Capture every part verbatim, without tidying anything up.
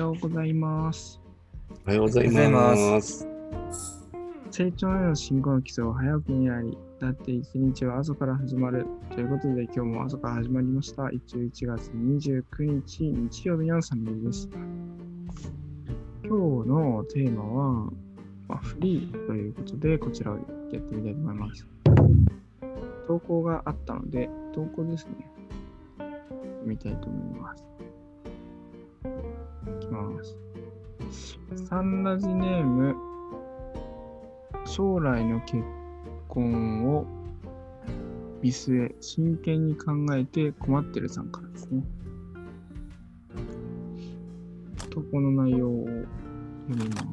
ようございます。 おはようございます。 成長への信号の基礎は早起きにあり、だって一日は朝から始まる。ということで今日も朝から始まりました。じゅういちがつにじゅうくにち日曜日のさんじです。今日のテーマは、まあ、フリーということでこちらをやってみたいと思います。投稿があったので、投稿ですね。見たいと思います。いきます。サンラジネーム、将来の結婚を見据え、真剣に考えて困ってるさんからですね。投稿の内容を読みます。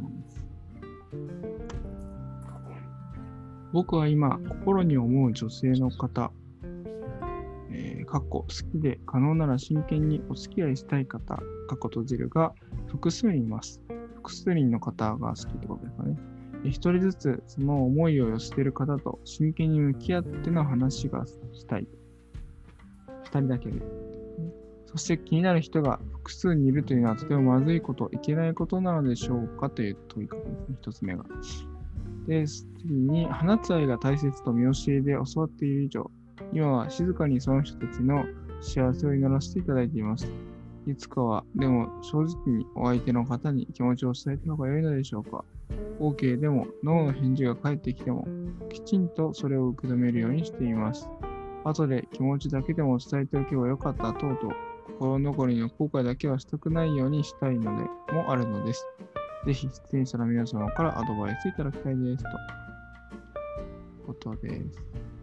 僕は今、心に思う女性の方、えー、かっこ好きで可能なら真剣にお付き合いしたい方、かっこ閉じるが複数人います。複数人の方が好きってことですかね。一人ずつその思いを寄せている方と真剣に向き合っての話がしたい。二人だけで。そして気になる人が複数にいるというのはとてもまずいこと、いけないことなのでしょうかという問いかけですね。一つ目が。で、次に、放つ愛が大切と見教えで教わっている以上、今は静かにその人たちの幸せを祈らせていただいています。いつかは、でも正直にお相手の方に気持ちを伝えた方が良いのでしょうか。OK でも、ノーの返事が返ってきても、きちんとそれを受け止めるようにしています。後で気持ちだけでも伝えておけばよかったとうとう、心残りの後悔だけはしたくないようにしたいのでもあるのです。ぜひ出演者の皆様からアドバイスいただきたいです。ということです。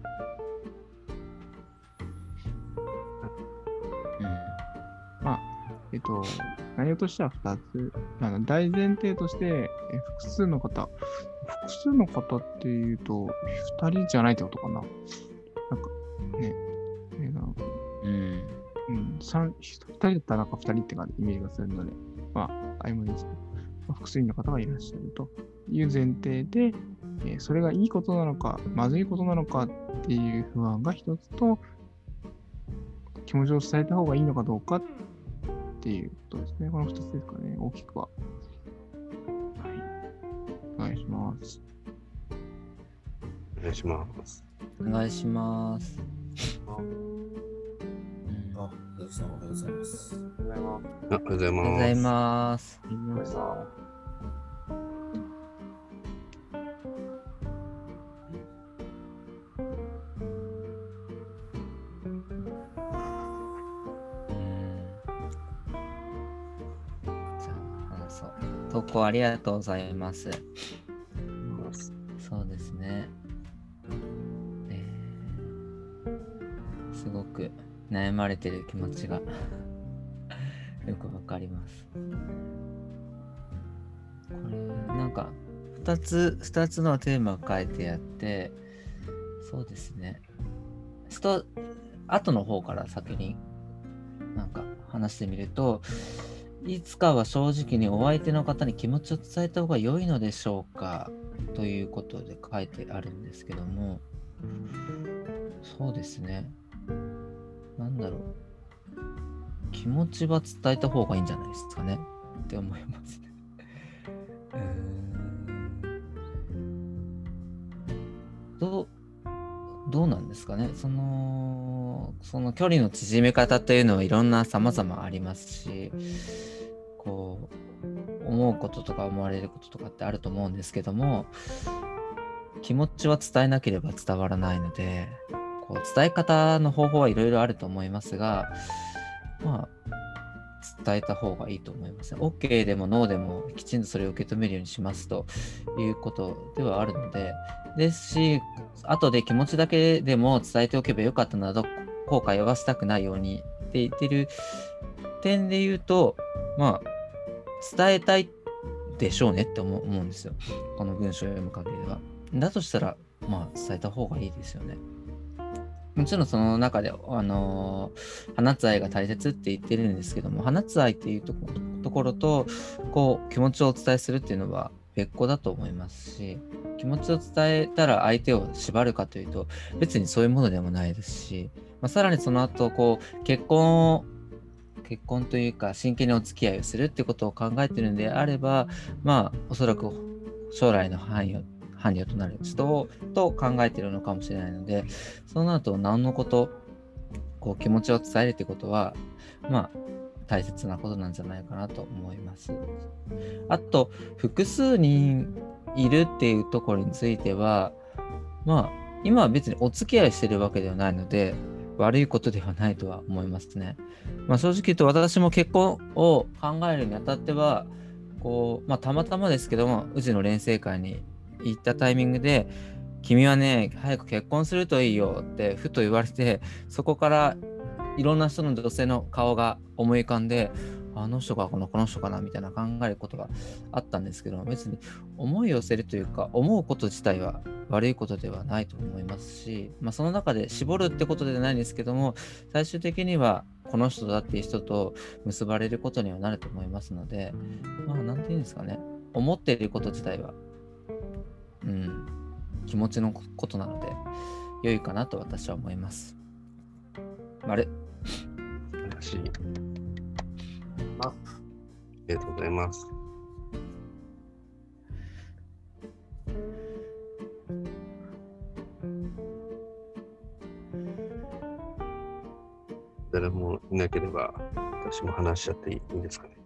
うん、まあ、えっと、内容としてはふたつ。あの大前提として、え複数の方。複数の方っていうと、ふたりじゃないってことかな。なんか、ね。えー、うん。うん。ふたりだったらなんかふたりって感じ、イメージがするので、まあ、曖昧ですけど。複数人の方がいらっしゃるという前提で、えー、それがいいことなのか、まずいことなのかっていう不安が一つと、気持ちを伝えた方がいいのかどうかっていうことですね。この二つですかね、大きくは。はい。お願いします。 お願いします。 お願いします。 あ、おはようございます。 おはようございます。 おはようございます。 おはようございます。 投稿ありがとうございます。そうですね。えー、すごく悩まれてる気持ちがよくわかります。これなんかふたつふたつのテーマが書いてあって、そうですね。スト後の方から先になんか話してみると。いつかは正直にお相手の方に気持ちを伝えた方が良いのでしょうかということで書いてあるんですけども、そうですね。なんだろう。気持ちは伝えた方がいいんじゃないですかねって思いますね。うーんどう、どうなんですかね。その、その距離の縮め方というのはいろんな様々ありますし、こう思うこととか思われることとかってあると思うんですけども、気持ちは伝えなければ伝わらないので、こう伝え方の方法はいろいろあると思いますが、まあ伝えた方がいいと思います。OK でもノーでもきちんとそれを受け止めるようにしますということではあるので、ですし、後で気持ちだけでも伝えておけばよかったなど後悔はしたくないようにって言ってる点で言うと、まあ伝えたいでしょうねって思う、思うんですよ。この文章を読む限りでは。だとしたら、まあ伝えた方がいいですよね。もちろんその中で、あのー、放つ愛が大切って言ってるんですけども、放つ愛っていうところ、ところと、こう、気持ちをお伝えするっていうのは別個だと思いますし、気持ちを伝えたら相手を縛るかというと、別にそういうものでもないですし、まあ、さらにその後、こう、結婚を結婚というか真剣にお付き合いをするってことを考えているのであれば、まあおそらく将来の伴侶伴侶となる人と考えているのかもしれないので、そうなると何のことこう気持ちを伝えるってことはまあ大切なことなんじゃないかなと思います。あと複数人いるっていうところについては、まあ今は別にお付き合いしてるわけではないので悪いことではないとは思いますね。まあ、正直言うと私も結婚を考えるにあたってはこう、まあ、たまたまですけどもうちの錬成会に行ったタイミングで君はね早く結婚するといいよってふと言われて、そこからいろんな人の女性の顔が思い浮かんで、あの人かこのこの人かなみたいな考えることがあったんですけど、別に思いを寄せるというか思うこと自体は悪いことではないと思いますし、まあ、その中で絞るってことではないんですけども、最終的にはこの人だっていう人と結ばれることにはなると思いますので、まあなんていうんですかね、思っていること自体はうん気持ちのことなので良いかなと私は思います。あれ素晴らしい。ありがとうございます。誰もいなければ私も話しちゃっていいんですかね。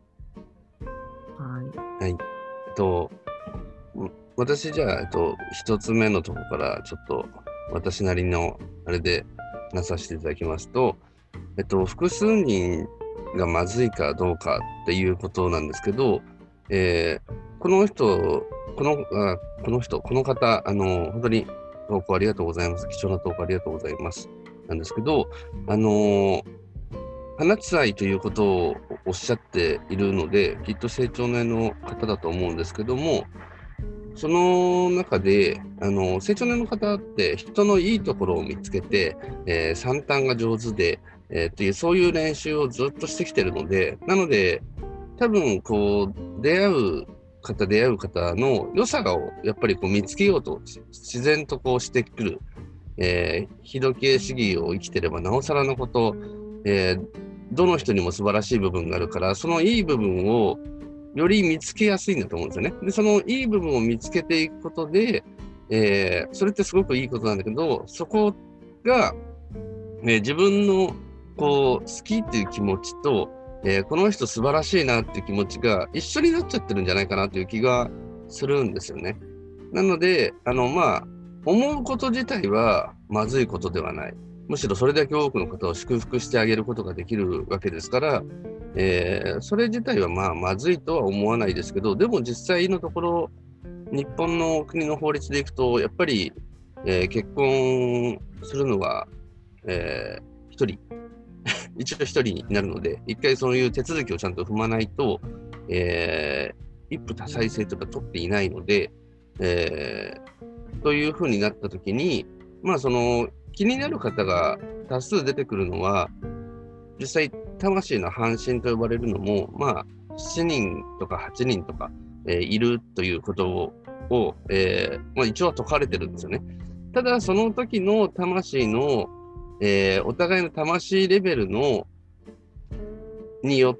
はい。 はい。えっと、私じゃあ、えっと、一つ目のところからちょっと私なりのあれで話させていただきますと、えっと、複数人がまずいかどうかっていうことなんですけど、えー、この人、この、あ、この人、この方、あの、本当に投稿ありがとうございます。貴重な投稿ありがとうございます。なんですけど、あの、花伝いということをおっしゃっているので、きっと成長年の方だと思うんですけども、その中で、あの、成長年の方って人のいいところを見つけて、えー、算単が上手で、えー、っていう、そういう練習をずっとしてきてるので、なので、多分、こう、出会う方、出会う方の良さが、やっぱりこう見つけようと、自然とこうしてくる、えー、非時計主義を生きてれば、なおさらのこと、えー、どの人にも素晴らしい部分があるから、そのいい部分を、より見つけやすいんだと思うんですよね。で、そのいい部分を見つけていくことで、えー、それってすごくいいことなんだけど、そこが、えー、自分のこう好きっていう気持ちと、えー、この人素晴らしいなっていう気持ちが一緒になっちゃってるんじゃないかなという気がするんですよね。なので、あの、まあ、思うこと自体はまずいことではない。むしろそれだけ多くの方を祝福してあげることができるわけですから、えー、それ自体はまあまずいとは思わないですけど、でも実際のところ、日本の国の法律でいくと、やっぱり、えー、結婚するのは、えー、一人、一応一人になるので、一回そういう手続きをちゃんと踏まないと、えー、一夫多妻制とか取っていないので、えー、というふうになったときに、まあその気になる方が多数出てくるのは、実際魂の半身と呼ばれるのも、まあしちにんとかはちにんとか、えー、いるということを、をえーまあ、一応は説かれてるんですよね。ただその時の魂の、えー、お互いの魂レベルのによって、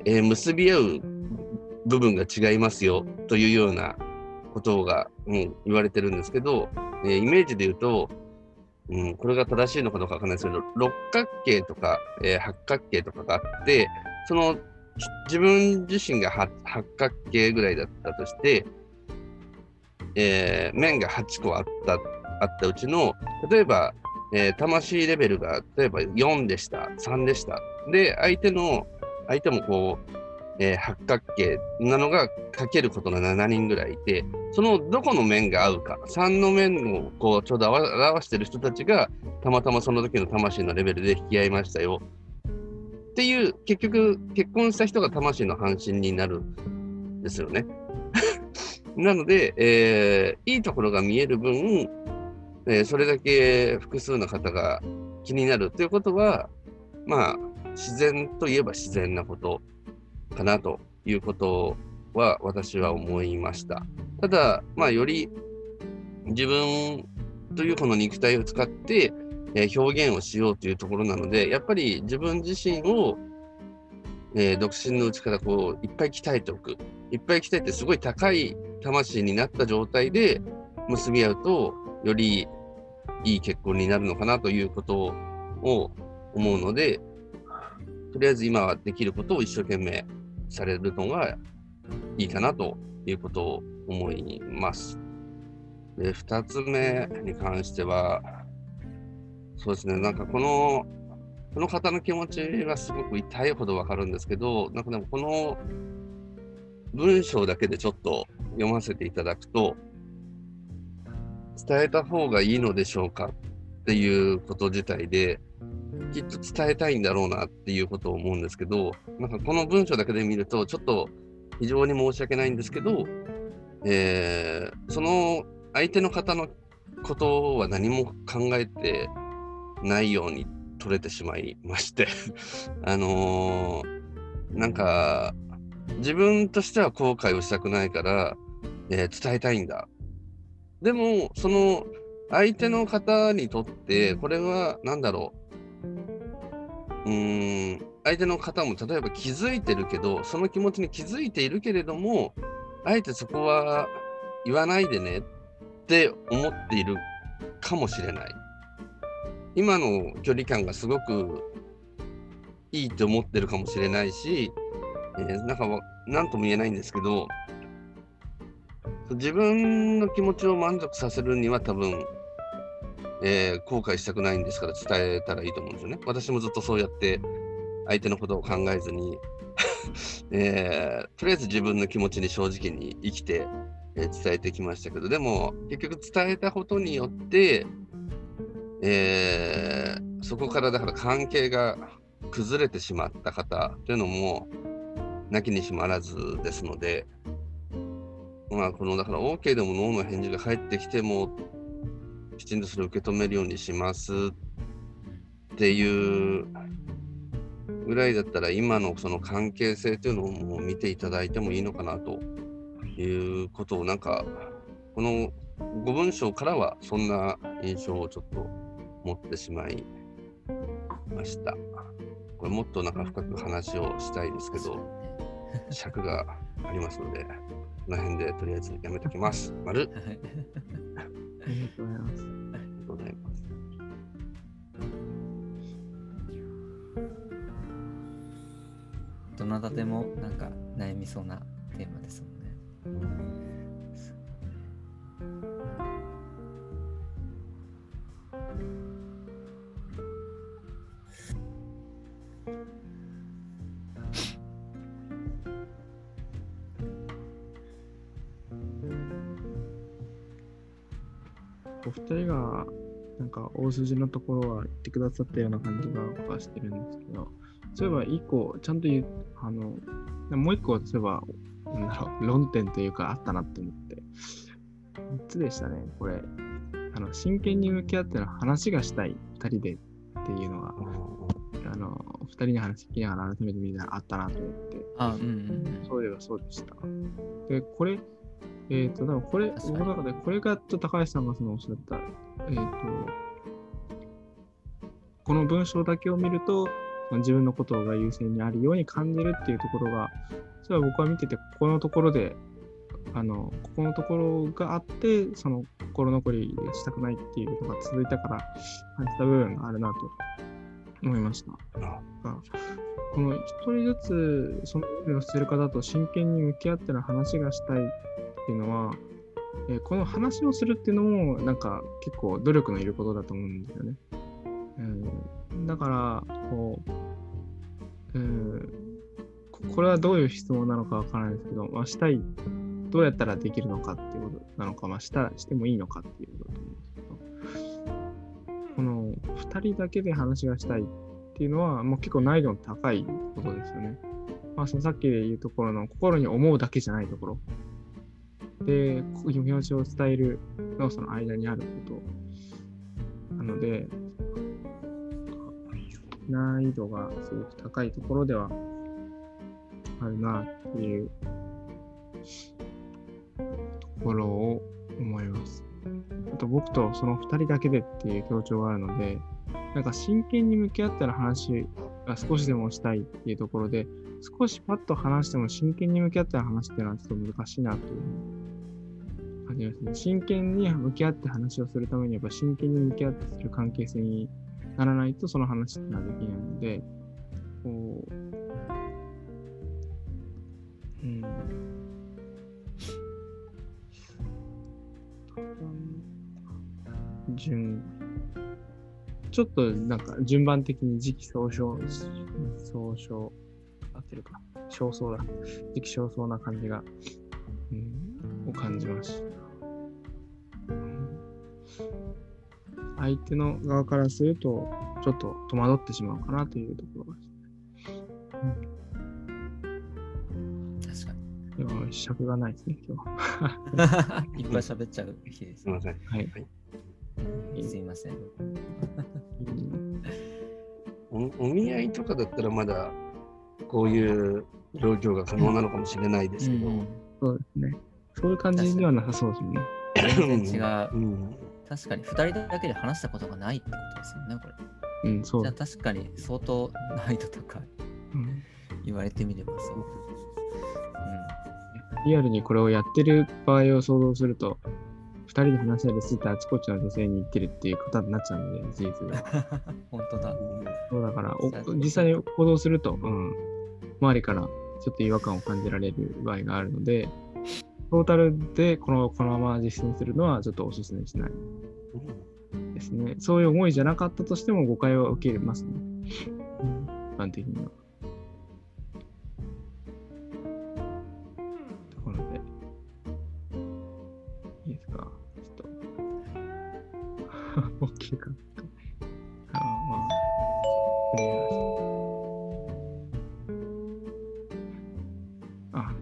えー、結び合う部分が違いますよというようなことが、うん、言われてるんですけど、えー、イメージで言うと、うん、これが正しいのかどうかわかんないですけど、六角形とか、えー、八角形とかがあって、その自分自身が八角形ぐらいだったとして、えー、面がはちこあったあったうちの、例えば、えー、魂レベルが例えばよんでした、さんでした。で、相手の、相手もこう、えー、八角形なのがかけることのしちにんぐらいいて、そのどこの面が合うか、さんの面をこうちょうど表している人たちが、たまたまその時の魂のレベルで引き合いましたよ。っていう、結局、結婚した人が魂の半身になるんですよね。なので、えー、いいところが見える分、えー、それだけ複数の方が気になるということは、まあ、自然といえば自然なことかなということは私は思いました。ただ、まあ、より自分というこの肉体を使って、えー、表現をしようというところなので、やっぱり自分自身を、 えー独身のうちからこういっぱい鍛えておく。いっぱい鍛えてすごい高い魂になった状態で結び合うと、よりいい結婚になるのかなということを思うので、とりあえず今はできることを一生懸命されるのがいいかなということを思います。で、二つ目に関しては、そうですね、なんかこの、この方の気持ちはすごく痛いほどわかるんですけど、なんかでもこの文章だけでちょっと読ませていただくと、伝えた方がいいのでしょうかっていうこと自体で、きっと伝えたいんだろうなっていうことを思うんですけど、なんかこの文章だけで見ると、ちょっと非常に申し訳ないんですけど、えーその相手の方のことは何も考えてないように取れてしまいまして、あのーなんか、自分としては後悔をしたくないから、えー伝えたいんだ。でも、その相手の方にとって、これは何だろう。うーん、相手の方も例えば気づいてるけど、その気持ちに気づいているけれども、あえてそこは言わないでねって思っているかもしれない。今の距離感がすごくいいって思ってるかもしれないし、えーなんかわなんとも言えないんですけど、自分の気持ちを満足させるには多分、えー後悔したくないんですから伝えたらいいと思うんですよね。私もずっとそうやって相手のことを考えずに、えーとりあえず自分の気持ちに正直に生きて、えー伝えてきましたけど、でも結局伝えたことによって、えーそこからだから関係が崩れてしまった方というのもなきにしもあらずですので、まあこのだから OK でもノーの返事が返ってきてもきちんとそれを受け止めるようにしますっていうぐらいだったら、今のその関係性というのをもう見ていただいてもいいのかなということを、なんかこのご文章からはそんな印象をちょっと持ってしまいました。これもっとなんか深く話をしたいですけど、尺がありますので、この辺でとりあえずやめときます。丸。 ありがとうございます。 ありがとうございます。 どなたでもなんか悩みそうなテーマですもんね。 お二人がなんか大筋のところは言ってくださったような感じが僕はしてるんですけど、そういえば一個ちゃんと言う、あの、もう一個そういえば、なんだろう、論点というかあったなって思って、みっつでしたね、これ。あの、真剣に向き合っての話がしたい二人でっていうのが、あの、二人に話聞きながら改めて見たらあったなと思って、 あ、うんうんうん。 そういえばそうでした。で、これ、えっ、と、だからこれ、 確かに僕の中で、これがと高橋さんがそのおっしゃった、えっ、と、この文章だけを見ると、自分のことが優先にあるように感じるっていうところが、それは僕は見てて、ここのところで、あの、ここのところがあって、その心残りしたくないっていうことが続いたから感じた部分があるなと思いました。この一人ずつその意味を捨てる方と真剣に向き合っての話がしたいっていうのは、えーこの話をするっていうのもなんか結構努力のいることだと思うんですよね。うん、だからこう、うんこ、これはどういう質問なのかわからないですけど、まあ、したい、どうやったらできるのかっていうことなのか、まあ、したしてもいいのかっていうことだと思うんですけど、このふたりだけで話がしたいっていうのはもう結構難易度の高いことですよね。まあ、そのさっきで言うところの心に思うだけじゃないところで、気持ちを伝えるのその間にあることなので、難易度がすごく高いところではあるなっていうところを思います。あと僕とそのふたりだけでっていう強調があるので、なんか真剣に向き合ったら話が少しでもしたいっていうところで、少しパッと話しても真剣に向き合って話っていうのはちょっと難しいなという感じますね。真剣に向き合って話をするためにやっぱ真剣に向き合ってする関係性にならないとその話ってのはできないので、こう、うん。順、ちょっとなんか順番的に時期尚早、総称、合ってるか、少々だ。時期尚早な感じが、うん、を感じました。うん、相手の側からすると、ちょっと戸惑ってしまうかなというところです。 確かに。 でも、尺がないですね、今日は。いっぱい喋っちゃう日です。 すみません。 はい。 はいすいません。 お, お見合いとかだったらまだこういう状況が可能なのかもしれないですけど、うん、 そうですね。そういう感じにはなさそうですね。 全然違う。 うん、 確かにふたりだけで話したことがないってことですよね、これ。 うん、そう。 じゃあ確かに相当難易度高い。うん、言われてみればそう。うん、 リアルにこれをやってる場合を想像すると、二人で話し合いですってあちこちの女性に言ってるっていう方になっちゃうので、事実が。 本当だ。 そうだからお、実際に行動すると、うん、周りからちょっと違和感を感じられる場合があるので、トータルでこの、このまま実践するのはちょっとお勧めしないですね。そういう思いじゃなかったとしても誤解を受けますね。うん、一般的には。ところで、いいですか。大きいか。あまあ、クリアあ、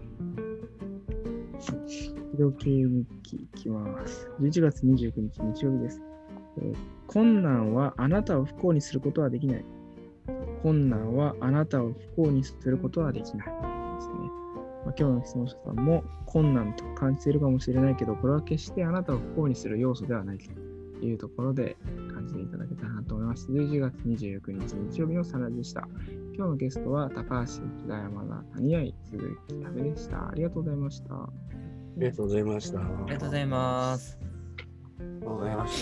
病気日記いきます。じゅういちがつにじゅうくにち日曜日です、えー。困難はあなたを不幸にすることはできない。困難はあなたを不幸にすることはできない。ですね。まあ、今日の質問者さんも困難と感じているかもしれないけど、これは決してあなたを不幸にする要素ではないというところで感じていただけたらなと思います。じゅういちがつにじゅうくにち日曜日のサラでした。今日のゲストは高橋北山田谷合鈴木多部でした。ありがとうございました。ありがとうございました。ありがとうございます。 ありがとうございました。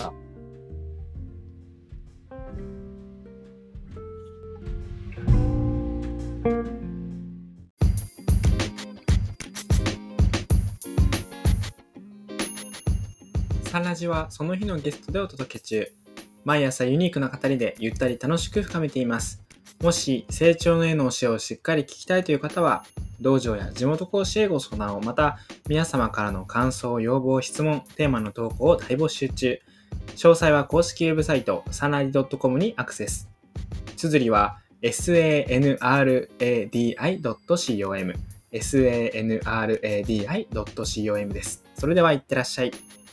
サンラジはその日のゲストでお届け中。毎朝ユニークな語りでゆったり楽しく深めています。もし成長の絵の教えをしっかり聞きたいという方は、道場や地元講師へご相談を、また皆様からの感想、要望、質問、テーマの投稿を大募集中。詳細は公式ウェブサイトサナリ .com にアクセス。綴りは サナラディ ドット コム サナラディ ドット コム です。それではいってらっしゃい。